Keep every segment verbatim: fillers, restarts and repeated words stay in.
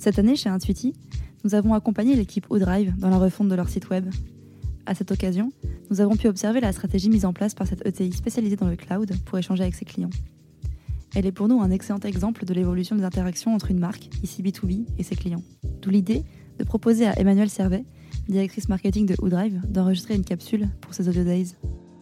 Cette année, chez Intuiti, nous avons accompagné l'équipe ODrive dans la refonte de leur site web. À cette occasion, nous avons pu observer la stratégie mise en place par cette E T I spécialisée dans le cloud pour échanger avec ses clients. Elle est pour nous un excellent exemple de l'évolution des interactions entre une marque, ici B deux B, et ses clients. D'où l'idée de proposer à Emmanuelle Servet, directrice marketing de ODrive, d'enregistrer une capsule pour ces Audio Days.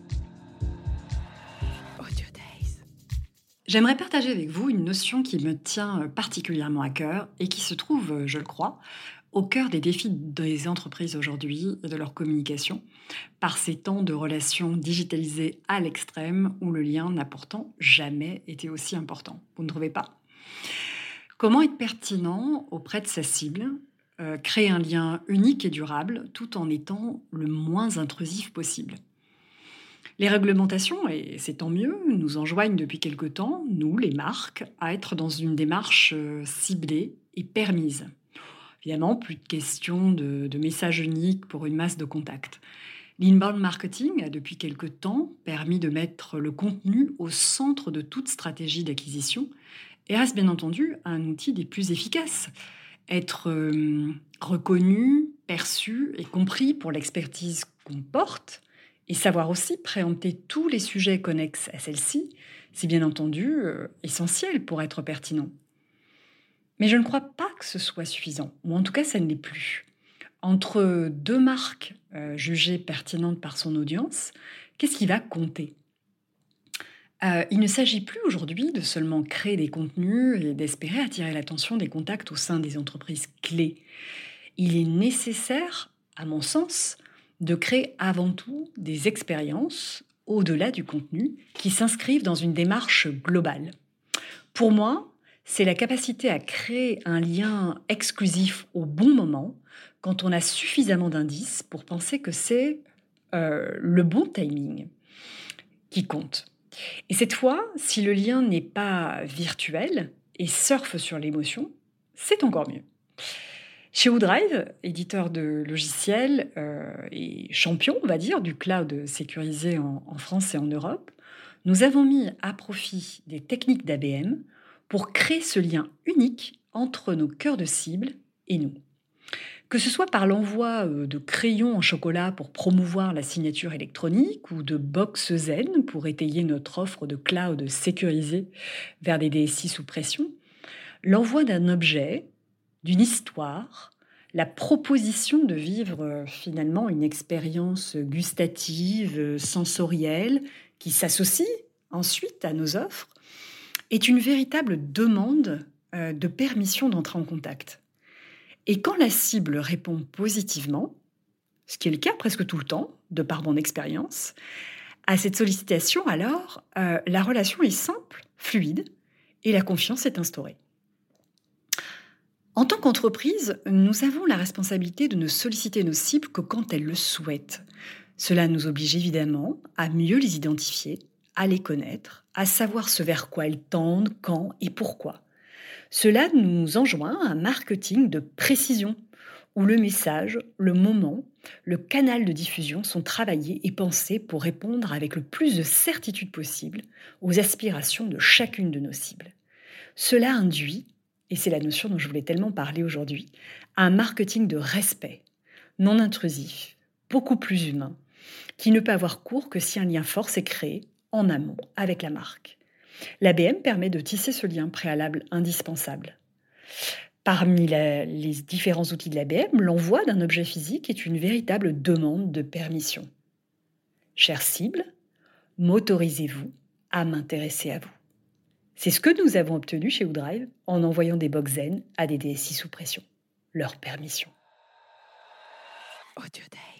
Audio Days. J'aimerais partager avec vous une notion qui me tient particulièrement à cœur et qui se trouve, je le crois, au cœur des défis des entreprises aujourd'hui et de leur communication, par ces temps de relations digitalisées à l'extrême où le lien n'a pourtant jamais été aussi important. Vous ne trouvez pas ? Comment être pertinent auprès de sa cible, euh, créer un lien unique et durable tout en étant le moins intrusif possible ? Les réglementations, et c'est tant mieux, nous enjoignent depuis quelque temps, nous, les marques, à être dans une démarche euh, ciblée et permise. Évidemment, plus de questions de, de messages uniques pour une masse de contacts. L'inbound marketing a depuis quelque temps permis de mettre le contenu au centre de toute stratégie d'acquisition et reste bien entendu un outil des plus efficaces. Être euh, reconnu, perçu et compris pour l'expertise qu'on porte et savoir aussi préempter tous les sujets connexes à celle-ci, c'est bien entendu euh, essentiel pour être pertinent. Mais je ne crois pas que ce soit suffisant, ou en tout cas ça ne l'est plus. Entre deux marques euh, jugées pertinentes par son audience, qu'est-ce qui va compter ? euh, Il ne s'agit plus aujourd'hui de seulement créer des contenus et d'espérer attirer l'attention des contacts au sein des entreprises clés. Il est nécessaire, à mon sens, de créer avant tout des expériences, au-delà du contenu, qui s'inscrivent dans une démarche globale. Pour moi, c'est la capacité à créer un lien exclusif au bon moment, quand on a suffisamment d'indices pour penser que c'est euh, le bon timing qui compte. Et cette fois, si le lien n'est pas virtuel et surfe sur l'émotion, c'est encore mieux. Chez ODrive, éditeur de logiciels euh, et champion, on va dire, du cloud sécurisé en, en France et en Europe, nous avons mis à profit des techniques d'A B M pour créer ce lien unique entre nos cœurs de cible et nous. Que ce soit par l'envoi de crayons en chocolat pour promouvoir la signature électronique ou de box zen pour étayer notre offre de cloud sécurisé vers des D S I sous pression, l'envoi d'un objet, d'une histoire, la proposition de vivre finalement une expérience gustative, sensorielle, qui s'associe ensuite à nos offres, est une véritable demande euh, de permission d'entrer en contact. Et quand la cible répond positivement, ce qui est le cas presque tout le temps, de par mon expérience, à cette sollicitation, alors, euh, la relation est simple, fluide, et la confiance est instaurée. En tant qu'entreprise, nous avons la responsabilité de ne solliciter nos cibles que quand elles le souhaitent. Cela nous oblige évidemment à mieux les identifier, à les connaître, à savoir ce vers quoi elles tendent, quand et pourquoi. Cela nous enjoint un marketing de précision, où le message, le moment, le canal de diffusion sont travaillés et pensés pour répondre avec le plus de certitude possible aux aspirations de chacune de nos cibles. Cela induit, et c'est la notion dont je voulais tellement parler aujourd'hui, un marketing de respect, non intrusif, beaucoup plus humain, qui ne peut avoir cours que si un lien fort s'est créé en amont avec la marque. L'A B M permet de tisser ce lien préalable indispensable. Parmi la, les différents outils de l'A B M, l'envoi d'un objet physique est une véritable demande de permission. Chère cible, m'autorisez-vous à m'intéresser à vous. C'est ce que nous avons obtenu chez ODrive en envoyant des box zen à des D S I sous pression. Leur permission. Audio Day.